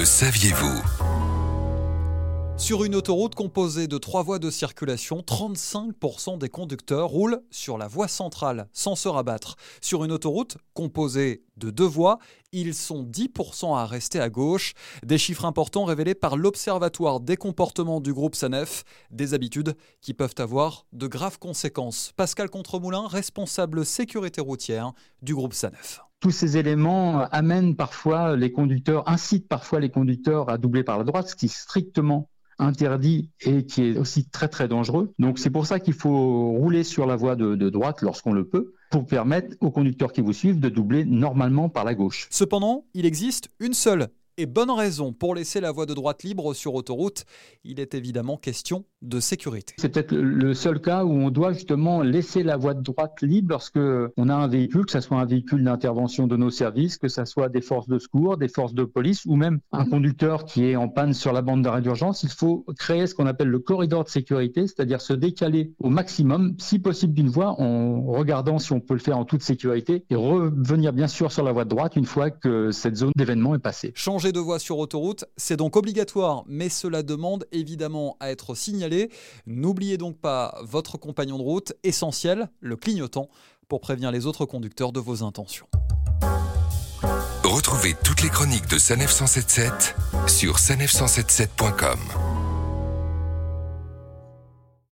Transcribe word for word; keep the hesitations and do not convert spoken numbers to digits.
Le saviez-vous ? Sur une autoroute composée de trois voies de circulation, trente-cinq pour cent des conducteurs roulent sur la voie centrale sans se rabattre. Sur une autoroute composée de deux voies, ils sont dix pour cent à rester à gauche. Des chiffres importants révélés par l'Observatoire des comportements du groupe SANEF, des habitudes qui peuvent avoir de graves conséquences. Pascal Contremoulin, responsable sécurité routière du groupe SANEF. Tous ces éléments amènent parfois les conducteurs, incitent parfois les conducteurs à doubler par la droite, ce qui est strictement interdit et qui est aussi très très dangereux. Donc c'est pour ça qu'il faut rouler sur la voie de, de droite lorsqu'on le peut, pour permettre aux conducteurs qui vous suivent de doubler normalement par la gauche. Cependant, il existe une seule et bonne raison pour laisser la voie de droite libre sur autoroute. Il est évidemment question de sécurité. C'est peut-être le seul cas où on doit justement laisser la voie de droite libre lorsque on a un véhicule, que ce soit un véhicule d'intervention de nos services, que ce soit des forces de secours, des forces de police ou même un conducteur qui est en panne sur la bande d'arrêt d'urgence. Il faut créer ce qu'on appelle le corridor de sécurité, c'est-à-dire se décaler au maximum, si possible d'une voie, en regardant si on peut le faire en toute sécurité et revenir bien sûr sur la voie de droite une fois que cette zone d'événement est passée. Changer de voie sur autoroute, c'est donc obligatoire, mais cela demande évidemment à être signalé. N'oubliez donc pas votre compagnon de route, essentiel, le clignotant, pour prévenir les autres conducteurs de vos intentions. Retrouvez toutes les chroniques de SANEF cent soixante-dix-sept sur sanef cent soixante-dix-sept point com.